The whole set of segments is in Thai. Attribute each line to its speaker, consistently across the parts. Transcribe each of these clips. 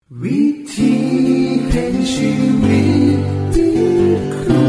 Speaker 1: วิธีแห่งชีวิตติดคุณ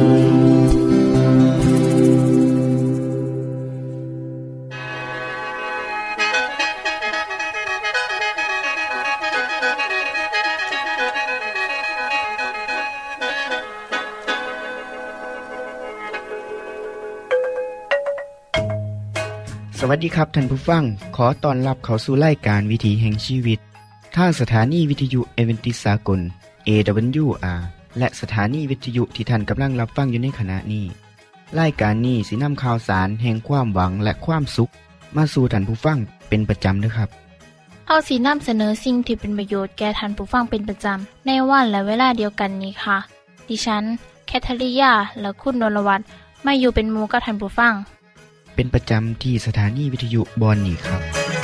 Speaker 2: สวัสดีครับท่านผู้ฟังขอต้อนรับเข้าสู่รายการวิถีแห่งชีวิตทางสถานีวิทยุเอเวนติสากล AWR และสถานีวิทยุที่ท่านกำลังรับฟังอยู่ในขณะนี้รายการนี้สินำข่าวสารแห่งความหวังและความสุขมาสู่ท่านผู้ฟังเป็นประจำด้วยครับ
Speaker 3: เอาสีนำเสนอสิ่งที่เป็นประโยชน์แก่ท่านผู้ฟังเป็นประจำในวันและเวลาเดียวกันนี้ค่ะดิฉันแคทริยาและคุณนรวัตรมาอยู่เป็นหมู่กับท่านผู้ฟัง
Speaker 2: เป็นประจำที่สถานีวิทยุบอนนี่ครับ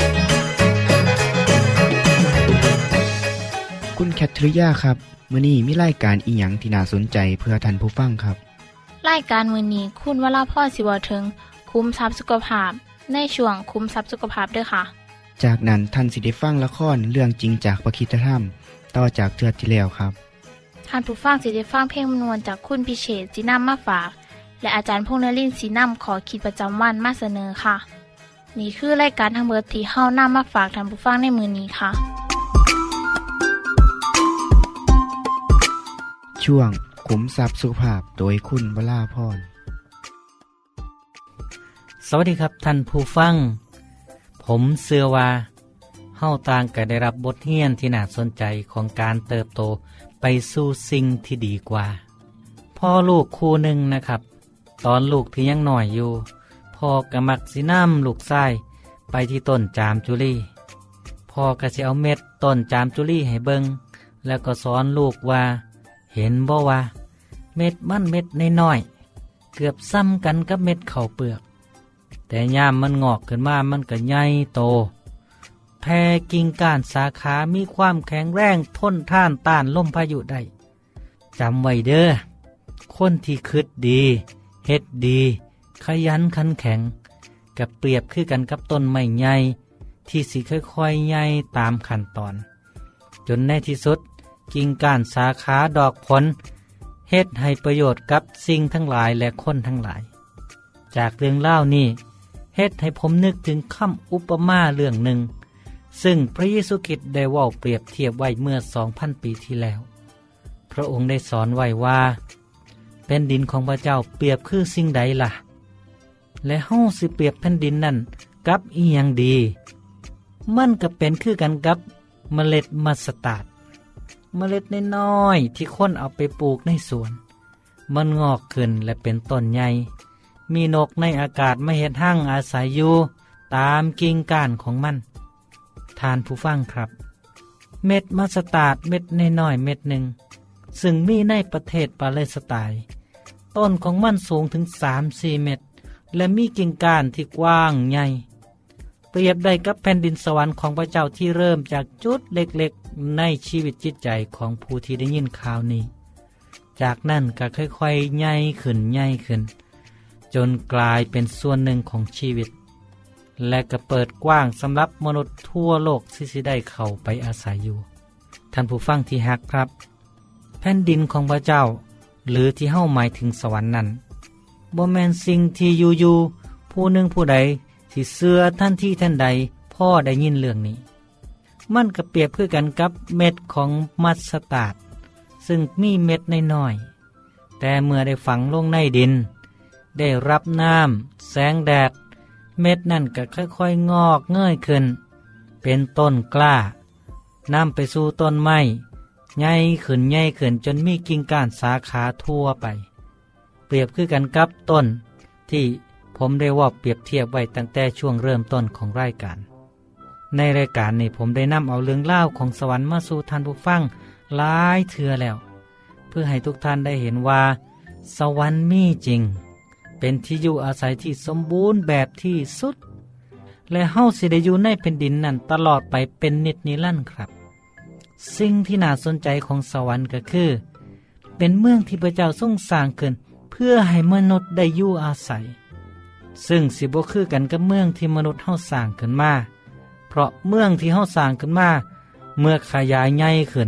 Speaker 2: คุณแคทริยาครับมื้อนี้มีรายการอีหยังที่น่าสนใจเพื่อท่านผู้ฟังครับ
Speaker 3: รายการมื้อนี้คุณวราพรสิเว้าถึงคุ้มทรัพย์สุขภาพในช่วงคุ้มทรัพย์สุขภาพด้วยค่ะ
Speaker 2: จากนั้นท่านสิได้ฟังละครเรื่องจริงจากพระคริสตธรรมต่อจากเทื่อที่แล้วครับ
Speaker 3: ท่านผู้ฟังสิได้ฟังเพลงมนวนจากคุณพิเชษฐ์สินำมาฝากและอาจารย์พงษ์นฤมลศรีนำขอคิดประจำวันมาเสนอค่ะนี่คือรายการทั้งหมดที่เฮานำมาฝากท่านผู้ฟังในมื้อนี้ค่ะ
Speaker 2: ช่วงขุมทรัพย์สุขภาพโดยคุณวราพร
Speaker 4: สวัสดีครับท่านผู้ฟังผมเชื่อว่าเฮาต่างก็ได้รับบทเรียนที่น่าสนใจของการเติบโตไปสู่สิ่งที่ดีกว่าพ่อลูกคู่หนึ่งนะครับตอนลูกที่ยังหน่อยอยู่พ่อก็มักสินำลูกชายไปที่ต้นจามจุลีพ่อก็สิเอาเม็ดต้นจามจุลีให้เบิ่งแล้วก็สอนลูกว่าเห็นบ่ว่าเม็ดมันเม็ดน้อยๆเกือบซ้ำกันกับเม็ดข้าวเปลือกแต่ยามมันงอกขึ้นมามันก็ใหญ่โตแผ่กิ่งก้านสาขามีความแข็งแรงทนทานต้านลมพายุได้จำไว้เด้อคนที่คิดดีเฮ็ดดีขยันขันแข็งกับเปรียบคือกันกับต้นไม้ใหญ่ที่สิค่อยๆใหญ่ตามขั้นตอนจนในที่สุดกิ่งก้านสาขาดอกผลเฮ็ดให้ประโยชน์กับสิ่งทั้งหลายและคนทั้งหลายจากเรื่องเล่านี้เฮ็ดให้ผมนึกถึงคำอุปมาเรื่องหนึ่งซึ่งพระเยซูคริสต์ได้เว้าเปรียบเทียบไว้เมื่อ 2,000 ปีที่แล้วพระองค์ได้สอนไว้ว่าแผ่นดินของพระเจ้าเปรียบคือสิ่งใดล่ะและเฮาสิเปรียบแผ่นดินนั่นกับอีหยังดีมันก็เป็นคือกันกับเมล็ดมัสตาร์ดเมล็ดน้อยๆที่คนเอาไปปลูกในสวนมันงอกขึ้นและเป็นต้นใหญ่มีนกในอากาศมาเฮ็ดหั่งอาศัยอยู่ตามกิ่งก้านของมันท่านผู้ฟังครับเม็ดมัสตาร์ดเม็ดน้อยๆเม็ดหนึ่งซึ่งมีในประเทศปาเลสไตน์ต้นของมันสูงถึง 3-4 เมตรและมีกิ่งก้านที่กว้างใหญ่เปรียบได้กับแผ่นดินสวรรค์ของพระเจ้าที่เริ่มจากจุดเล็กๆในชีวิตจิตใจของผู้ที่ได้ยินข่าวนี้จากนั้นก็ค่อยๆใหญ่ขึ้นใหญ่ขึ้นจนกลายเป็นส่วนหนึ่งของชีวิตและก็เปิดกว้างสำหรับมนุษย์ทั่วโลกที่สิได้เข้าไปอาศัยอยู่ท่านผู้ฟังที่รักครับแผ่นดินของพระเจ้าหรือที่เฮ้าหมายถึงสวรรค์นั้นบ่แม่นสิ่งที่อยู่ๆผู้หนึ่งผู้ใดที่เชื่อทันทีทันใดพ่อได้ยินเรื่องนี้มันก็เปรียบคือกันกับเม็ดของมัสตาร์ดซึ่งมีเม็ดน้อยๆแต่เมื่อได้ฝังลงในดินได้รับน้ำแสงแดดเม็ดนั่นก็ค่อยๆงอกเงยขึ้นเป็นต้นกล้านำไปสู่ต้นไม้ใหญ่ขึ้นใหญ่ขึ้นจนมีกิ่งก้านสาขาทั่วไปเปรียบคือกันกับต้นที่ผมได้ว่าเปรียบเทียบไว้ตั้งแต่ช่วงเริ่มต้นของรายการในรายการนี้ผมได้นำเอาเรื่องเล่าของสวรรค์มาสู่ท่านผู้ฟังหลายเทื่อแล้วเพื่อให้ทุกท่านได้เห็นว่าสวรรค์มีจริงเป็นที่อยู่อาศัยที่สมบูรณ์แบบที่สุดและเฮาสิได้อยู่ในแผ่นดินนั้นตลอดไปเป็นนิจนิรันดร์ครับสิ่งที่น่าสนใจของสวรรค์ก็คือเป็นเมืองที่พระเจ้าทรงสร้างขึ้นเพื่อให้มนุษย์ได้อยู่อาศัยซึ่งสิบ่คือกันกับเมืองที่มนุษย์เฮาสร้างขึ้นมาเพราะเมืองที่เฮาสร้างขึ้นมาเมื่อขยายใหญ่ขึ้น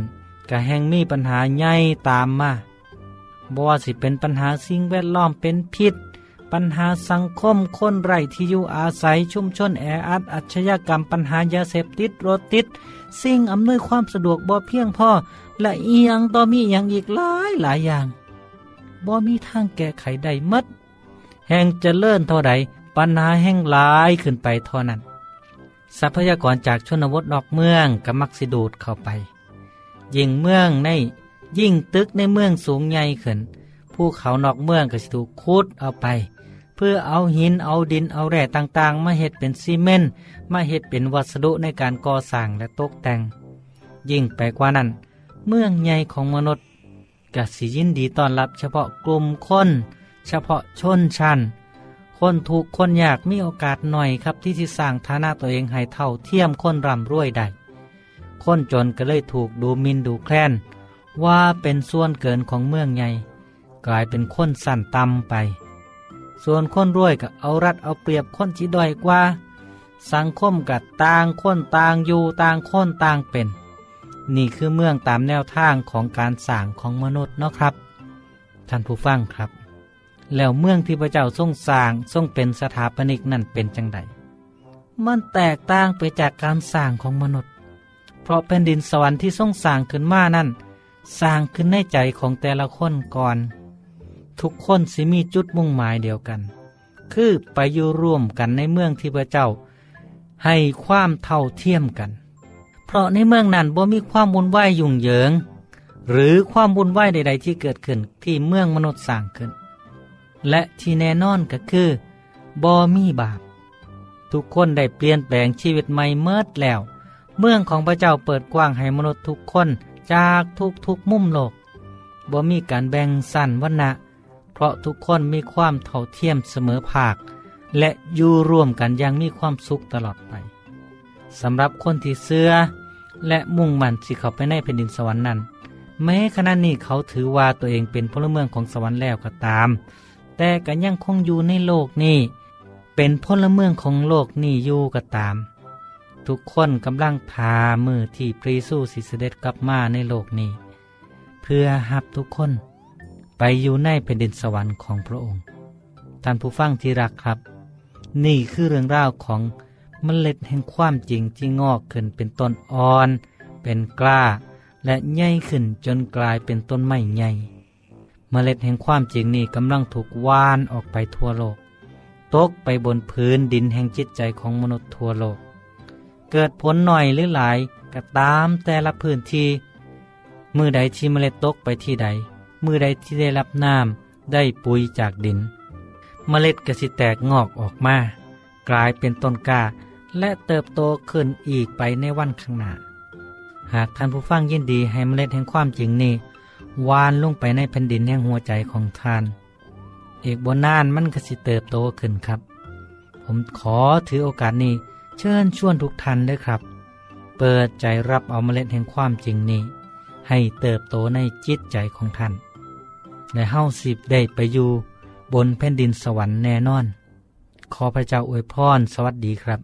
Speaker 4: ก็แห่งมีปัญหาใหญ่ตามมาบ่ว่าสิเป็นปัญหาสิ่งแวดล้อมเป็นพิษปัญหาสังคมคนไร้ที่อยู่อาศัยชุมชนแออัดอาชญากรรมปัญหายาเสพติดรถติดสิ่งอำนวยความสะดวกบ่เพียงพอและอีหยังต่อมีอย่างอีกหลายอย่างบ่มีทางแก้ไขได้หมดแห่งเจริญเท่าใดปัญหาแห่งหลายขึ้นไปเท่านั้นทรัพยากรจากชนบทนอกเมืองก็มักสิดูดเข้าไปยิ่งเมืองในยิ่งตึกในเมืองสูงใหญ่ขึ้นภูเขานอกเมืองก็สิถูกขุดเอาไปเพื่อเอาหินเอาดินเอาแร่ต่างๆมาเฮ็ดเป็นซีเมนต์มาเฮ็ดเป็นวัสดุในการก่อสร้างและตกแต่งยิ่งไปกว่านั้นเมืองใหญ่ของมนุษย์ก็สิยินดีต้อนรับเฉพาะกลุ่มคนเฉพาะชนชั้นคนถูกคนยากมีโอกาสหน่อยครับที่จะสร้างฐานะตัวเองให้เท่าเทียมคนร่ำรวยได้คนจนก็เลยถูกดูหมิ่นดูแคลนว่าเป็นส่วนเกินของเมืองใหญ่กลายเป็นคนสั่นต่ำไปส่วนคนรวยก็เอารัดเอาเปรียบคนที่ด้อยกว่าสังคมก็ต่างคนต่างอยู่ต่างคนต่างเป็นนี่คือเมืองตามแนวทางของการสร้างของมนุษย์เนาะครับท่านผู้ฟังครับแล้วเมืองที่พระเจ้าทรงสร้างทรงเป็นสถาปนิกนั่นเป็นจังใดมันแตกต่างไปจากการสร้างของมนุษย์เพราะแผ่นดินสวรรค์ที่ทรงสร้างขึ้นมานั่นสร้างขึ้นในใจของแต่ละคนก่อนทุกคนสิมีจุดมุ่งหมายเดียวกันคือไปอยู่ร่วมกันในเมืองที่พระเจ้าให้ความเท่าเทียมกันเพราะในเมืองนั้นบ่มีความวุ่นวายยุ่งเหยิงหรือความวุ่นวายใดๆที่เกิดขึ้นที่เมืองมนุษย์สร้างขึ้นและที่แน่นอนก็คือบ่มีบาปทุกคนได้เปลี่ยนแปลงชีวิตใหม่เมิดแล้วเมืองของพระเจ้าเปิดกว้างให้มนุษย์ทุกคนจากทุกมุมโลกบ่มีการแบ่งสั้นวรรณะเพราะทุกคนมีความเท่าเทียมเสมอภาคและอยู่ร่วมกันอย่างมีความสุขตลอดไปสำหรับคนที่เชื่อและมุ่งมั่นสิเข้าไปในแผ่นดินสวรรค์นั้นแม้ขณะนี้เขาถือว่าตัวเองเป็นพลเมืองของสวรรค์แล้วก็ตามแต่ก็ยังคงอยู่ในโลกนี้เป็นพลเมืองของโลกนี้อยู่ก็ตามทุกคนกำลังพามือที่พระเยซูสิเสด็จกลับมาในโลกนี้เพื่อรับทุกคนไปอยู่ในแผ่นดินสวรรค์ของพระองค์ท่านผู้ฟังที่รักครับนี่คือเรื่องราวของเมล็ดแห่งความจริงที่งอกขึ้นเป็นต้นอ่อนเป็นกล้าและใหญ่ขึ้นจนกลายเป็นต้นไม้ใหญ่เมล็ดแห่งความจริงนี้กำลังถูกว่านออกไปทั่วโลกตกไปบนพื้นดินแห่งจิตใจของมนุษย์ทั่วโลกเกิดผลหน่อยหรือหลายก็ตามแต่ละพื้นที่มือใดที่เมล็ดตกไปที่ใดมือใดที่ได้รับน้ำได้ปุ๋ยจากดินเมล็ดก็สิแตกงอกออกมากลายเป็นต้นกล้าและเติบโตขึ้นอีกไปในวันข้างหน้าหากท่านผู้ฟังยินดีให้เมล็ดแห่งความจริงนี้วานลงไปในแผ่นดินแห่งหัวใจของท่านอีกบ่นานมันก็สิเติบโตขึ้นครับผมขอถือโอกาสนี้เชิญชวนทุกท่านด้วยครับเปิดใจรับเอาเมล็ดแห่งความจริงนี้ให้เติบโตในจิตใจของท่านและเฮาสิได้ไปอยู่บนแผ่นดินสวรรค์แน่นอนขอพระเจ้าอวยพรสวัสดีครับ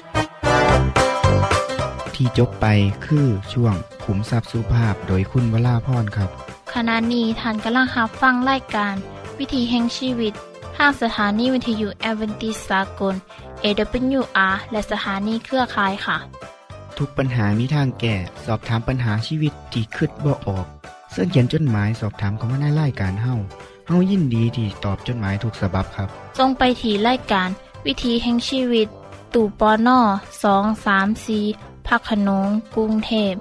Speaker 2: ที่จบไปคือช่วงขุมทรัพย์สุภาพโดยคุณวราพรครับ
Speaker 3: ขณะนี้ท่านกำลังรับฟังรายการวิถีแห่งชีวิตทางสถานีวิทยุแอดเวนทิสต์สากล AWR และสถานีเครือข่ายค่ะ
Speaker 2: ทุกปัญหามีทางแก้สอบถามปัญหาชีวิตที่คิดบ่ออกเสิร์ชเขียนจดหมายสอบถามเข้ามาในรายการเฮายินดีที่ตอบจดหมายทุกฉบับครับ
Speaker 3: ส่งไปที่รายการวิถีแห่งชีวิตตู้ปน234พักขนงกรุงเทพ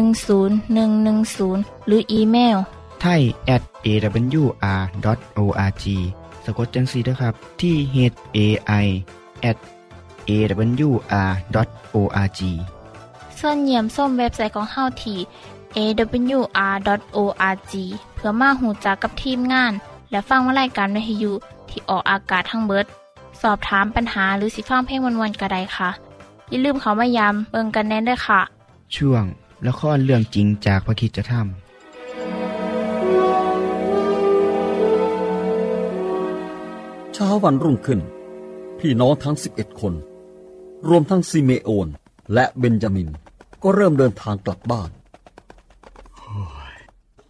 Speaker 3: 10110หรืออีเมล
Speaker 2: thai@awr.org สะกดจังซี่เด้อครับที่ hai@awr.org
Speaker 3: ส่วนเยี่ยมส้มเว็บไซต์ของเฮาที่ awr.org เพื่อมาหูจักกับทีมงานและฟังวารายการวิทยุที่ออกอากาศทั้งเบิดสอบถามปัญหาหรือสิฟังเพลงวนๆก็ได้ค่ะอย่าลืมเข้ามาย้ำเบิ่งกันแน่นด้วยค่ะ
Speaker 2: ช่วงละครเรื่องจริงจากพระคริสตธรรม
Speaker 5: เช้าวันรุ่งขึ้นพี่น้องทั้ง11คนรวมทั้งซิเมโอนและเบนจามินก็เริ่มเดินทางกลับบ้าน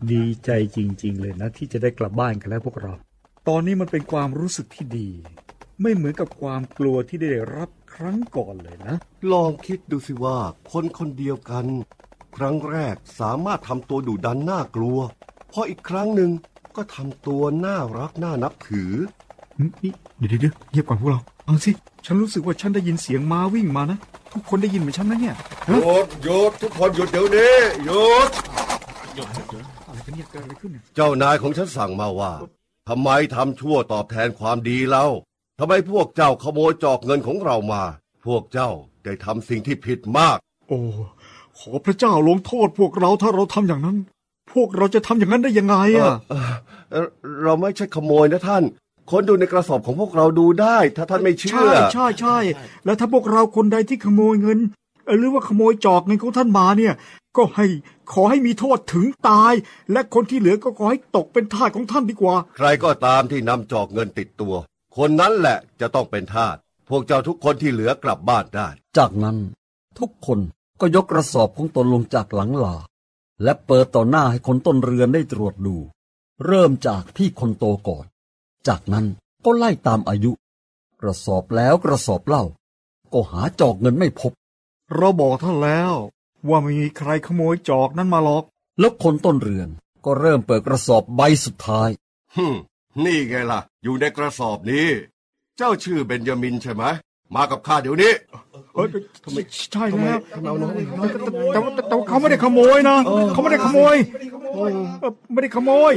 Speaker 6: ดีใจจริงๆเลยนะที่จะได้กลับบ้านกันแล้วพวกเราตอนนี้มันเป็นความรู้สึกที่ดีไม่เหมือนกับความกลัวที่ได้รับครั้งก่อนเลยนะ
Speaker 7: ลองคิดดูสิว่าคนคนเดียวกันครั้งแรกสามารถทำตัวดุดันน่ากลัวพออีกครั้งหนึ่งก็ทำตัวน่ารักน่านับถือ
Speaker 6: นี่เดี๋ยวเงียบก่อนพวกเราเอาสิฉันรู้สึกว่าฉันได้ยินเสียงม้าวิ่งมานะทุกคนได้ยินเหมือนฉันนะเนี่ย
Speaker 7: หยุดทุกคนหยุดเดี๋ยวนี้หยุด
Speaker 6: อะไรกันเนี่ยเกิดอะไรขึ้นเนี่ย
Speaker 7: เจ้านายของฉันสั่งมาว่าทำไมทำชั่วตอบแทนความดีเล่าทำไมพวกเจ้าขโมยจอกเงินของเรามาพวกเจ้าได้ทำสิ่งที่ผิดมาก
Speaker 6: โอ้ขอพระเจ้าลงโทษพวกเราถ้าเราทำอย่างนั้นพวกเราจะทำอย่างนั้นได้ยังไง
Speaker 7: เราไม่ใช่ขโมยนะท่านคนดูในกระสอบของพวกเราดูได้ถ้าท่านไม่เชื่อ
Speaker 6: ใช่แล้วถ้าพวกเราคนใดที่ขโมยเงินหรือว่าขโมยจอกเงินของท่านมาเนี่ยก็ขอให้มีโทษถึงตายและคนที่เหลือก็ขอให้ตกเป็นทาสของท่านดีกว่า
Speaker 7: ใครก็ตามที่นำจอกเงินติดตัวคนนั้นแหละจะต้องเป็นทาสพวกเจ้าทุกคนที่เหลือกลับบ้านได้
Speaker 5: จากนั้นทุกคนก็ยกกระสอบของตนลงจากหลังหลาและเปิดต่อหน้าให้คนต้นเรือนได้ตรวจดูเริ่มจากพี่คนโตก่อนจากนั้นก็ไล่ตามอายุกระสอบแล้วกระสอบเล่าก็หาจอกเงินไม่พบ
Speaker 6: เราบอกท่านแล้วว่าไม่มีใครขโมยจอกนั้นมาหรอก
Speaker 5: แล้วคนต้นเรือนก็เริ่มเปิดกระสอบใบสุดท้าย
Speaker 7: นี่ไงล่ะอยู่ในกระสอบนี้เจ้าชื่อเบนจามินใช่ไหมมากับข้าเดี๋ยวนี้
Speaker 6: ใช่แล้วแต่เขาไม่ได้ขโมยนะเขาไม่ได้ขโมยไม่ได้ขโมย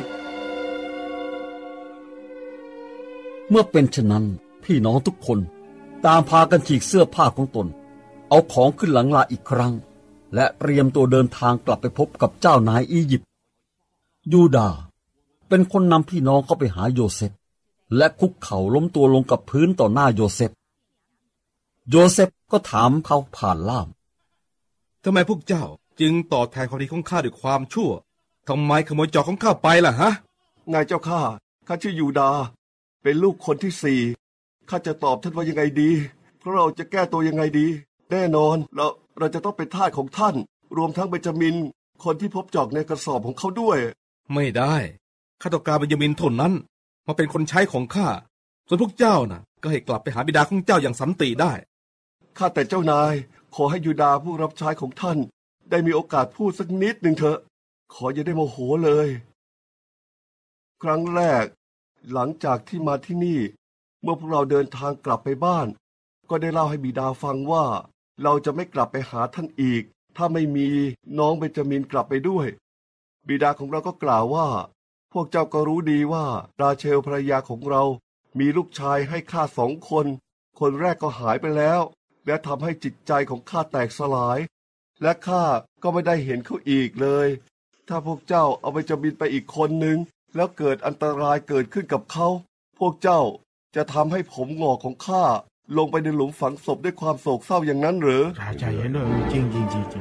Speaker 5: เมื่อเป็นเช่นนั้นพี่น้องทุกคนตามพากันฉีกเสื้อผ้าของตนเอาของขึ้นหลังลาอีกครั้งและเตรียมตัวเดินทางกลับไปพบกับเจ้านายอียิปต์ยูดาห์เป็นคนนำพี่น้องเข้าไปหาโยเซฟและคุกเข่าล้มตัวลงกับพื้นต่อหน้าโยเซฟก็ถามเขาผ่านล่าม
Speaker 8: ทำไมพวกเจ้าจึงตอบแทนความดีของข้าด้วยความชั่วทำไมขโมยจอกของข้าไปล่ะฮะ
Speaker 7: นายเจ้าข้าชื่อยูดาห์เป็นลูกคนที่ 4ข้าจะตอบท่านว่ายังไงดีเพราะเราจะแก้ตัวยังไงดีแน่นอนเราจะต้องเป็นทาสของท่านรวมทั้งเบนจามินคนที่พบจอกในกระสอบของเขาด้วย
Speaker 8: ไม่ได้ข้าต้องการเบนจามินเท่านั้นมาเป็นคนใช้ของข้าส่วนพวกเจ้าน่ะก็ให้กลับไปหาบิดาของเจ้าอย่างสันติได้
Speaker 7: ข้าแต่เจ้านายขอให้ยูดาห์ผู้รับใช้ของท่านได้มีโอกาสพูดสักนิดหนึ่งเถอะขออย่าได้โมโหเลยครั้งแรกหลังจากที่มาที่นี่เมื่อพวกเราเดินทางกลับไปบ้านก็ได้เล่าให้บิดาฟังว่าเราจะไม่กลับไปหาท่านอีกถ้าไม่มีน้องเบนจามินกลับไปด้วยบิดาของเราก็กล่าวว่าพวกเจ้าก็รู้ดีว่าราเชลภรรยาของเรามีลูกชายให้ข้า2 คนคนแรกก็หายไปแล้วและทำให้จิตใจของข้าแตกสลายและข้าก็ไม่ได้เห็นเขาอีกเลยถ้าพวกเจ้าเอาเบนจามินไปอีกคนนึงแล้วเกิดอันตรายเกิดขึ้นกับเขาพวกเจ้าจะทำให้ผมงอกของข้าลงไปในหลุมฝังศพด้วยความโศกเศร้าอย่างนั้นหรือ
Speaker 6: ใช่เลยจริง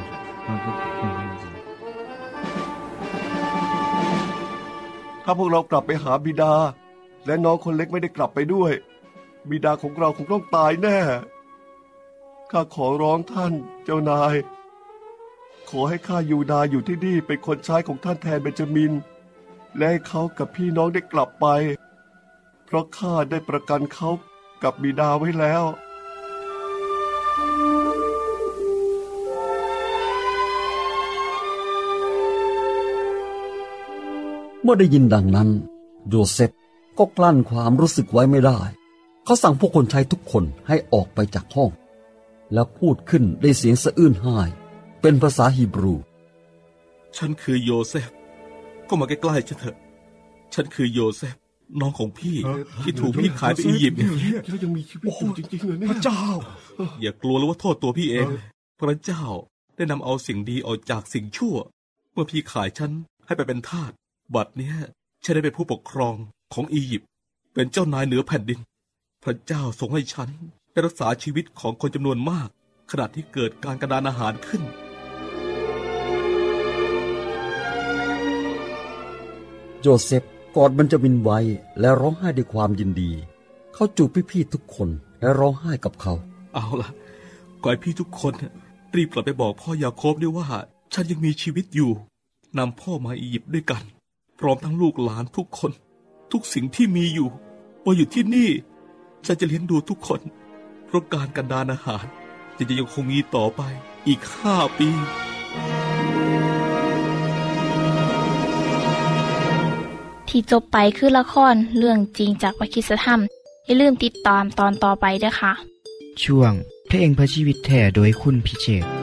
Speaker 7: ถ้าพวกเรากลับไปหาบิดาและน้องคนเล็กไม่ได้กลับไปด้วยบิดาของเราคงต้องตายแน่ข้าขอร้องท่านเจ้านายขอให้ข้ายูดาห์อยู่ที่นี่เป็นคนใช้ของท่านแทนเบนจามินและให้เขากับพี่น้องได้กลับไปเพราะข้าได้ประกันเขากับบิดาไว้แล้ว
Speaker 5: เมื่อได้ยินดังนั้นโยเซฟก็กลั้นความรู้สึกไว้ไม่ได้เขาสั่งพวกคนใช้ทุกคนให้ออกไปจากห้องแล้วพูดขึ้นด้วยเสียงสะอื้นไห้เป็นภาษาฮีบรู
Speaker 8: ฉันคือโยเซฟก็มาใกล้ๆฉันเถอะฉันคือโยเซฟน้องของพี่ที่ถูกพี่ขายไปอียิปต์
Speaker 7: แล้วยังมีชีวิตอยู่จริงๆเลยเนี่ย
Speaker 6: พระเจ้า
Speaker 8: อย่ากลัวเลยว่าโทษตัวพี่เองพระเจ้าได้นำเอาสิ่งดีออกจากสิ่งชั่วเมื่อพี่ขายฉันให้ไปเป็นทาสบัดเนี้ยฉันได้เป็นผู้ปกครองของอียิปต์เป็นเจ้านายเหนือแผ่นดินพระเจ้าทรงให้ฉันได้รักษาชีวิตของคนจำนวนมากขณะที่เกิดการกระดานอาหารขึ้น
Speaker 5: โยเซฟกอดเบนจามินไว้และร้องไห้ด้วยความยินดีเขาจูบพี่ๆทุกคนและร้องไห้กับเขา
Speaker 8: เอาล่ะขอให้พี่ทุกคนรีบกลับไปบอกพ่อยาโคบด้วยว่าฉันยังมีชีวิตอยู่นำพ่อมาอียิปต์ด้วยกันพร้อมทั้งลูกหลานทุกคนทุกสิ่งที่มีอยู่ว่าอยู่ที่นี่ฉันจะเลี้ยงดูทุกคนเพราะการกันดารอาหารจะยังคงมีต่อไปอีก5 ปี
Speaker 3: ที่จบไปคือละครเรื่องจริงจากวิคิสธรรมอย่าลืมติดตามตอนต่อไปด้วยค่ะ
Speaker 2: ช่วงเพลงพระชีวิตแท้โดยคุณพิเชษฐ์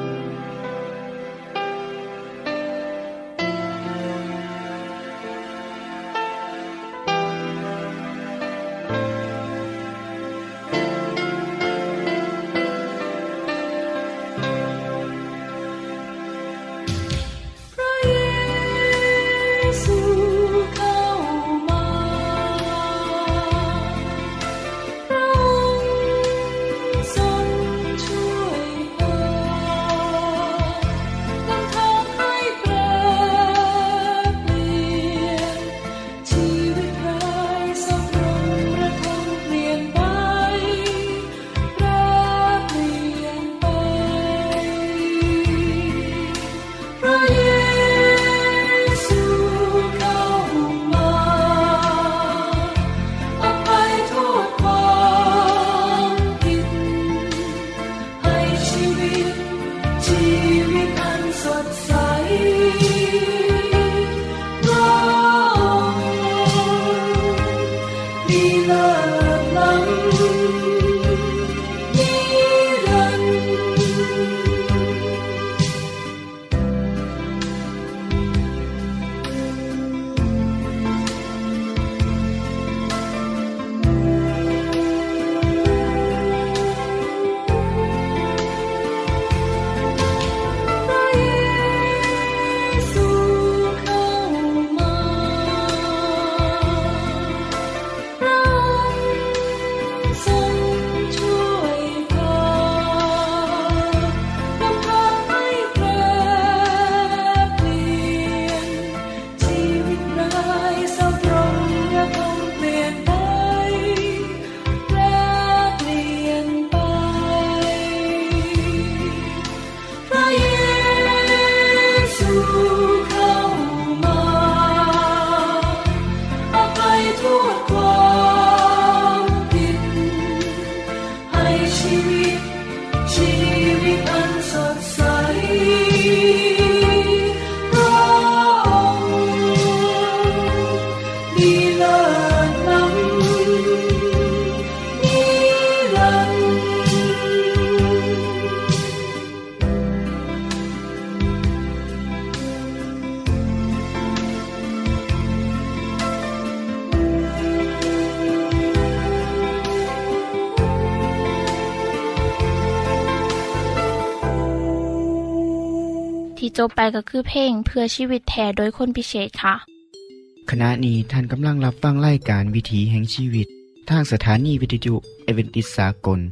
Speaker 3: ที่จบไปก็คือเพลงเพื่อชีวิตแท้โดยคนพิเศษค่ะ
Speaker 2: ขณะนี้ท่านกำลังรับฟังรายการวิถีแห่งชีวิตทางสถานีวิทยุเอเวนติสากล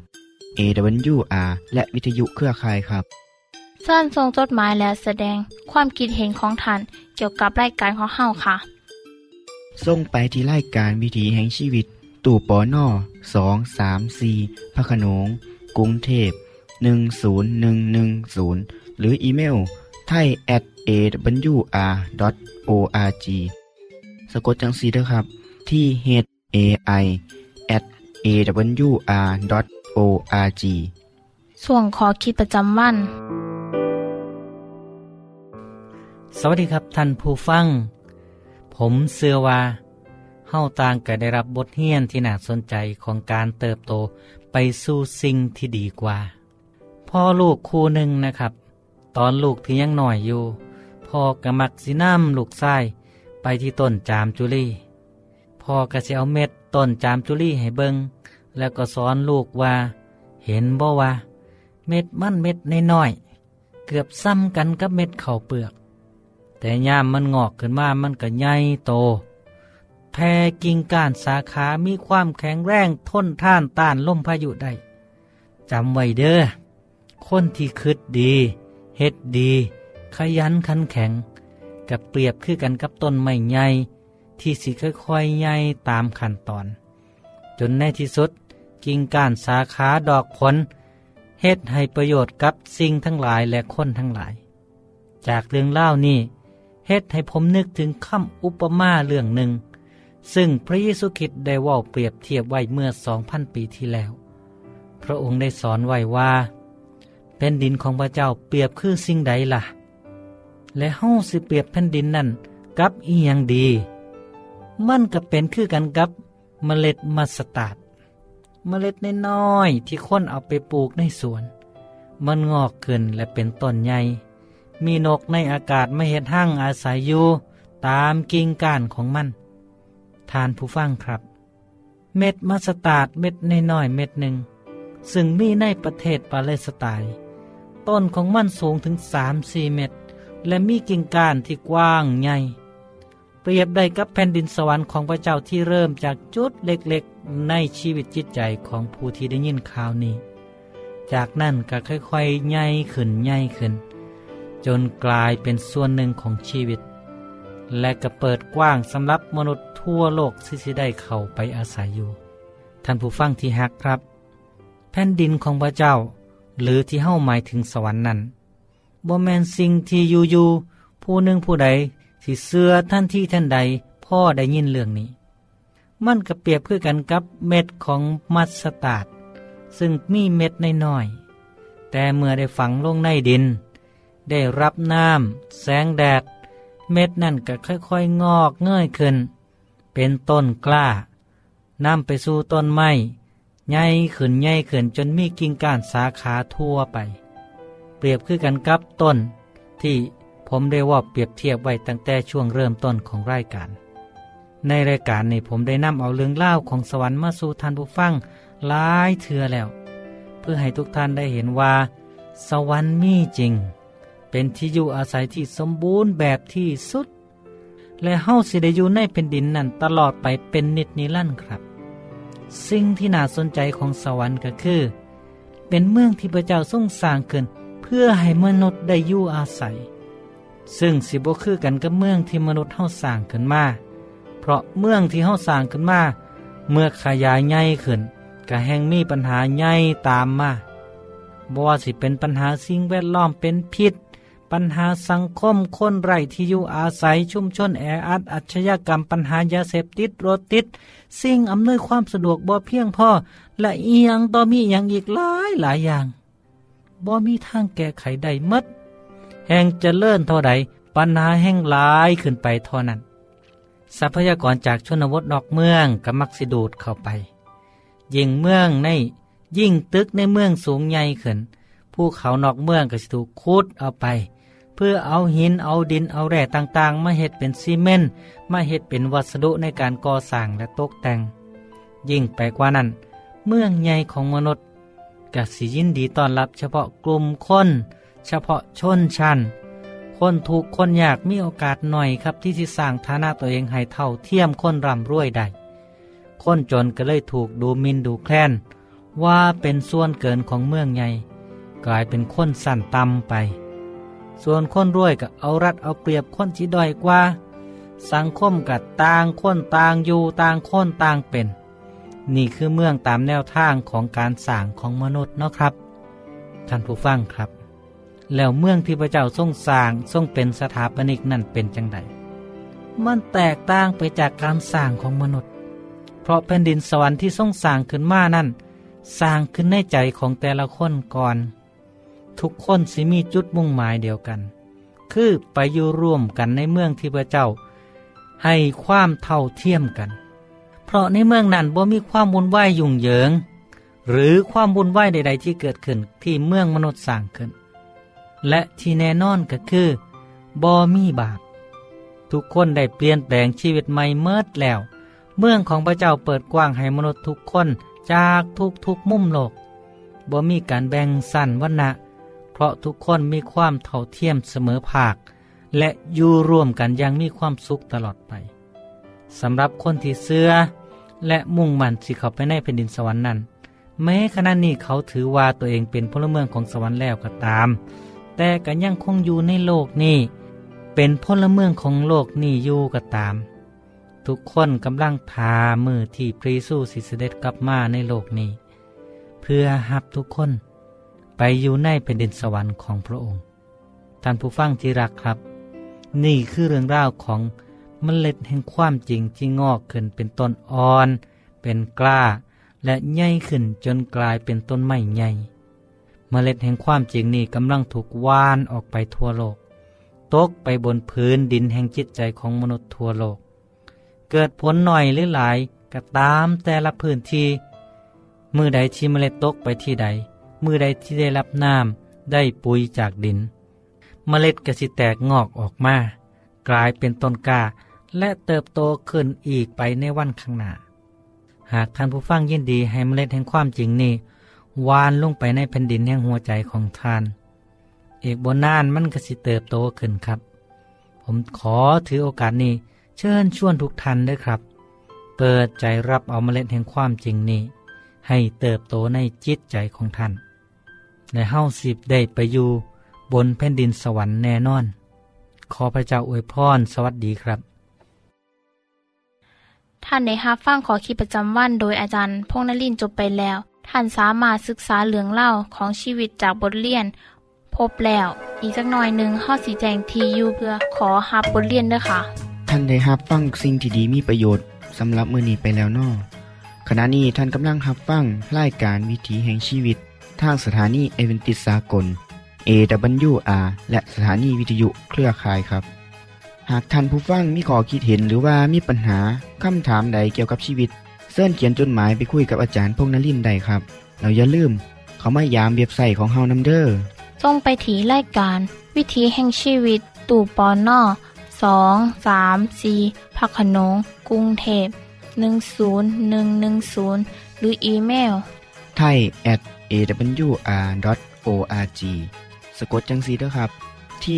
Speaker 2: AWR และวิทยุเครือข่ายครับ
Speaker 3: ท่านส่งจดหมายและแสดงความคิดเห็นของท่านเกี่ยวกับรายการของเฮาค่ะ
Speaker 2: ส่งไปที่รายการวิถีแห่งชีวิตตู้ปน234พระโขนงกรุงเทพ10110หรืออีเมลthai@awr.org สะกดจังสีด้วยครับที่ thai@awr.org
Speaker 3: ส่วนขอคิดประจำวัน
Speaker 4: สวัสดีครับท่านผู้ฟังผมเชื่อว่าเฮาต่างก็ได้รับบทเรียนที่น่าสนใจของการเติบโตไปสู่สิ่งที่ดีกว่าพ่อลูกคู่หนึ่งนะครับตอนลูกที่ยังหน่อยอยู่พ่อก็มักสินำลูกชายไปที่ต้นจามจุลีพ่อก็สิเอาเม็ดต้นจามจุลีให้เบิ่งแล้วก็สอนลูกว่าเห็นบ่ว่าเม็ดมันเม็ดน้อยๆเกือบซ้ำกันกับเม็ดข้าวเปลือกแต่ยามมันงอกขึ้นมามันก็ใหญ่โตแผ่กิ่งก้านสาขามีความแข็งแรงทนทานต้านลมพายุได้จำไว้เด้อคนที่คิดดีเฮ็ดดีขยันขันแข็งกับเปรียบคือกันกับต้นไม้ใหญ่ที่สิค่อยๆใหญ่ตามขั้นตอนจนในที่สุดกิ่งก้านสาขาดอกผลเฮ็ดให้ประโยชน์กับสิ่งทั้งหลายและคนทั้งหลายจากเรื่องเล่านี้เฮ็ดให้ผมนึกถึงคำอุปมาเรื่องหนึ่งซึ่งพระเยซูคริสต์ได้เว้าเปรียบเทียบไว้เมื่อ 2,000 ปีที่แล้วพระองค์ได้สอนไว้ว่าแผ่นดินของพระเจ้าเปรียบคือสิ่งใดล่ะและเฮาสิเปรียบแผ่นดินนั่นกับอีหยังดีมันก็เป็นคือกันกับเมล็ดมัสตาร์ดเมล็ดน้อยๆที่คนเอาไปปลูกในสวนมันงอกขึ้นและเป็นต้นใหญ่มีนกในอากาศมาเฮ็ดหั่งอาศัยอยู่ตามกิ่งก้านของมันท่านผู้ฟังครับเม็ดมัสตาร์ดเม็ดน้อยๆเม็ดหนึ่งซึ่งมีในประเทศปาเลสไตน์ต้นของมันสูงถึง 3-4 เมตรและมีกิ่งก้านที่กว้างใหญ่เปรียบได้กับแผ่นดินสวรรค์ของพระเจ้าที่เริ่มจากจุดเล็กๆในชีวิตจิตใจของผู้ที่ได้ยินข่าวนี้จากนั้นก็ค่อยๆใหญ่ขึ้นจนกลายเป็นส่วนหนึ่งของชีวิตและก็เปิดกว้างสำหรับมนุษย์ทั่วโลกที่จะได้เข้าไปอาศัยอยู่ท่านผู้ฟังที่รักครับแผ่นดินของพระเจ้าหรือที่เฮ้าหมายถึงสวรรค์นั้นบ่แม่นสิ่งที่อยู่ๆผู้หนึ่งผู้ใดที่เชื่อท่านที่ท่านใดพ่อได้ยินเรื่องนี้มันก็เปรียบคือกันกับเม็ดของมัสตาร์ดซึ่งมีเม็ดน้อยๆแต่เมื่อได้ฝังลงในดินได้รับน้ำแสงแดดเม็ดนั่นก็ค่อยๆงอกเงยขึ้นเป็นต้นกล้านำไปสู่ต้นไม้ใหญ่ขึ้นจนมีกิ่งก้านสาขาทั่วไปเปรียบคือกันกับต้นที่ผมได้ว่าเปรียบเทียบไว้ตั้งแต่ช่วงเริ่มต้นของรายการในรายการนี้ผมได้นำเอาเรื่องเล่าของสวรรค์มาสู่ท่านผู้ฟังหลายเทื่อแล้วเพื่อให้ทุกท่านได้เห็นว่าสวรรค์มีจริงเป็นที่อยู่อาศัยที่สมบูรณ์แบบที่สุดและเฮาสิได้อยู่ในแผ่นดินนั้นตลอดไปเป็นนิจนิรันดร์ครับสิ่งที่น่าสนใจของสวรรค์ก็คือเป็นเมืองที่พระเจ้าทรงสร้างขึ้นเพื่อให้มนุษย์ได้อยู่อาศัยซึ่งสิบ่คือกันกับเมืองที่มนุษย์เฮาสร้างขึ้นมาเพราะเมืองที่เฮาสร้างขึ้นมาเมื่อขยายใหญ่ขึ้นก็แห่งมีปัญหาใหญ่ตามมาบ่ว่าสิเป็นปัญหาสิ่งแวดล้อมเป็นพิษปัญหาสังคมคนไร้ที่อยู่อาศัยชุมชนแออัดอาชญากรรมปัญหายาเสพติดรถติดสิ่งอำนวยความสะดวกบ่เพียงพอและอีหยังต่อมีอย่างอีกหลายอย่างบ่มีทางแก้ไขได้หมดแห่งเจริญเท่าใดปัญหาแห่งหลายขึ้นไปเท่านั้นทรัพยากรจากชนบทนอกเมืองก็มักสิดูดเข้าไปยิ่งเมืองในยิ่งตึกในเมืองสูงใหญ่ขึ้นภูเขานอกเมืองก็สิถูกขุดเอาไปเพื่อเอาหินเอาดินเอาแร่ต่างๆมาเฮ็ดเป็นซีเมนต์มาเฮ็ดเป็นวัสดุในการก่อสร้างและตกแต่งยิ่งไปกว่านั้นเมืองใหญ่ของมนุษย์ก็สิยินดีต้อนรับเฉพาะกลุ่มคนเฉพาะชนชั้นคนทุกข์คนยากมีโอกาสหน่อยครับที่สิสร้างฐานะตัวเองให้เท่าเทียมคนร่ำรวยได้คนจนก็เลยถูกดูหมิ่นดูแคลนว่าเป็นส่วนเกินของเมืองใหญ่กลายเป็นคนสั่นต่ำไปส่วนคนรวยก็เอารัดเอาเปรียบคนที่ด้อยกว่าสังคมก็ต่างคนต่างอยู่ต่างคนต่างเป็นนี่คือเมืองตามแนวทางของการสร้างของมนุษย์เนาะครับท่านผู้ฟังครับแล้วเมืองที่พระเจ้าทรงสร้างทรงเป็นสถาปนิกนั่นเป็นจังไดมันแตกต่างไปจากการสร้างของมนุษย์เพราะแผ่นดินสวรรค์ที่ทรงสร้างขึ้นมานั่นสร้างขึ้นในใจของแต่ละคนก่อนทุกคนสิมีจุดมุ่งหมายเดียวกันคือไปอยู่ร่วมกันในเมืองที่พระเจ้าให้ความเท่าเทียมกันเพราะในเมืองนั้นบ่มีความวุ่นวายยุ่งเหยิงหรือความวุ่นวายใดๆที่เกิดขึ้นที่เมืองมนุษย์สร้างขึ้นและที่แน่นอนก็คือบ่มีบาปทุกคนได้เปลี่ยนแปลงชีวิตใหม่เมิดแล้วเมืองของพระเจ้าเปิดกว้างให้มนุษย์ทุกคนจากทุกมุมโลกบ่มีการแบ่งสั้นวรรณะเพราะทุกคนมีความเท่าเทียมเสมอภาคและอยู่ร่วมกันอย่างมีความสุขตลอดไปสำหรับคนที่เชื่อและมุ่งมั่นสิเข้าไปในแผ่นดินสวรรค์นั้นแม้ขณะนี้เขาถือว่าตัวเองเป็นพลเมืองของสวรรค์แล้วก็ตามแต่ก็ยังคงอยู่ในโลกนี้เป็นพลเมืองของโลกนี้อยู่ก็ตามทุกคนกำลังทามือที่พระเยซูสิเสด็จกลับมาในโลกนี้เพื่อรับทุกคนไปอยู่ในแผ่นดินสวรรค์ของพระองค์ท่านผู้ฟังที่รักครับนี่คือเรื่องราวของเมล็ดแห่งความจริงที่งอกขึ้นเป็นต้นอ่อน เป็นกล้า และใหญ่ขึ้นจนกลายเป็นต้นไม้ใหญ่เมล็ดแห่งความจริงนี้กำลังถูกว่านออกไปทั่วโลกตกไปบนพื้นดินแห่งจิตใจของมนุษย์ทั่วโลกเกิดผลหน่อยหรือหลายก็ตามแต่ละพื้นที่มือใดที่เมล็ดตกไปที่ใดมือใดที่ได้รับน้ำได้ปุ๋ยจากดินเมล็ดก็สิแตกงอกออกมากลายเป็นต้นกล้าและเติบโตขึ้นอีกไปในวันข้างหน้าหากท่านผู้ฟังยินดีให้เมล็ดแห่งความจริงนี้วานลงไปในแผ่นดินแห่งหัวใจของท่านอีกบนนานมันก็สิเติบโตขึ้นครับผมขอถือโอกาสนี้เชิญชวนทุกท่านด้วยครับเปิดใจรับเอาเมล็ดแห่งความจริงนี้ให้เติบโตในจิตใจของท่านและเฮาสิได้ไปอยู่บนแผ่นดินสวรรค์แน่นอนขอพระเจ้าอวยพรสวัสดีครับ
Speaker 3: ท่านได้รับฟังขอคิดประจำวันโดยอาจารย์พงษ์นฤมย์จบไปแล้วท่านสามารถศึกษาเรื่องเล่าของชีวิตจากบทเรียนพบแล้วอีกสักหน่อยหนึ่งข้อสีแจงทีอยู่เพื่อขอรับบทเรียนด้วยค่ะ
Speaker 2: ท่านได้รับฟังสิ่งที่ดีมีประโยชน์สำหรับมื้อนี้ไปแล้วน้อขณะนี้ท่านกำลังรับฟังรายการวิถีแห่งชีวิตทางสถานีเอเวนติสากล AWR และสถานีวิทยุเครือข่ายครับหากท่านผู้ฟังมีข้อคิดเห็นหรือว่ามีปัญหาคำถามใดเกี่ยวกับชีวิตเชิญเขียนจดหมายไปคุยกับอาจารย์พงษ์นฤมย์ได้ครับแล้วอย่าลืมเข้ามายามเว็บไซต์ของเฮานำเด้อ
Speaker 3: ส่งไปที่รายการวิถีแห่งชีวิตตู่ปน234พักขนงกรุงเทพ10110หรืออีเมล
Speaker 2: thai@awr.org สะกดจังซี่เด้อครับที่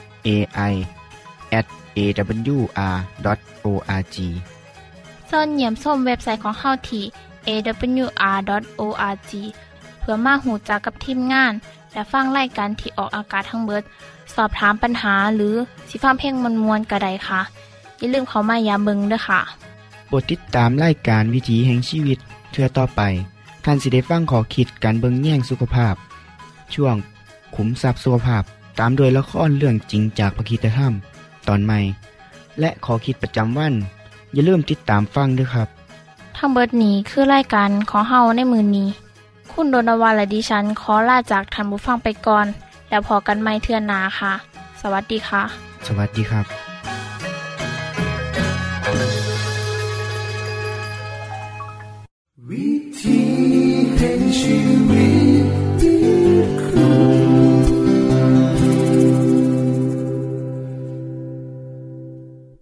Speaker 2: hai@awr.org
Speaker 3: เชิญเยี่ยมชมเว็บไซต์ของเฮาที่ awr.org เพื่อมาหูจักกับทีมงานและฟังรายการที่ออกอากาศทั้งเบิดสอบถามปัญหาหรือสิฟังเพลงมวลๆก็ได้ค่ะอย่าลืมเข้ามายามเบิ่งด้วยค่ะ
Speaker 2: โปรดติดตามรายการวิถีแห่งชีวิตเทื่อต่อไปท่านสิได้ฟังข้อคิดการเบิ่งแย่งสุขภาพช่วงขุมทรัพย์สุขภาพตามโดยละครเรื่องจริงจากพระคริสตธรรมตอนใหม่และข้อคิดประจำวันอย่าลืมติดตามฟังด้วยครับ
Speaker 3: ทั้งเบิดนี้คือรายการของเฮาในมื้อนี้คุณโดนวาและดิฉันขอลาจากท่านผู้ฟังไปก่อนแล้วพอกันใหม่เทื่อหน้าค่ะสวัสดีค่ะ
Speaker 2: สวัสดีครับ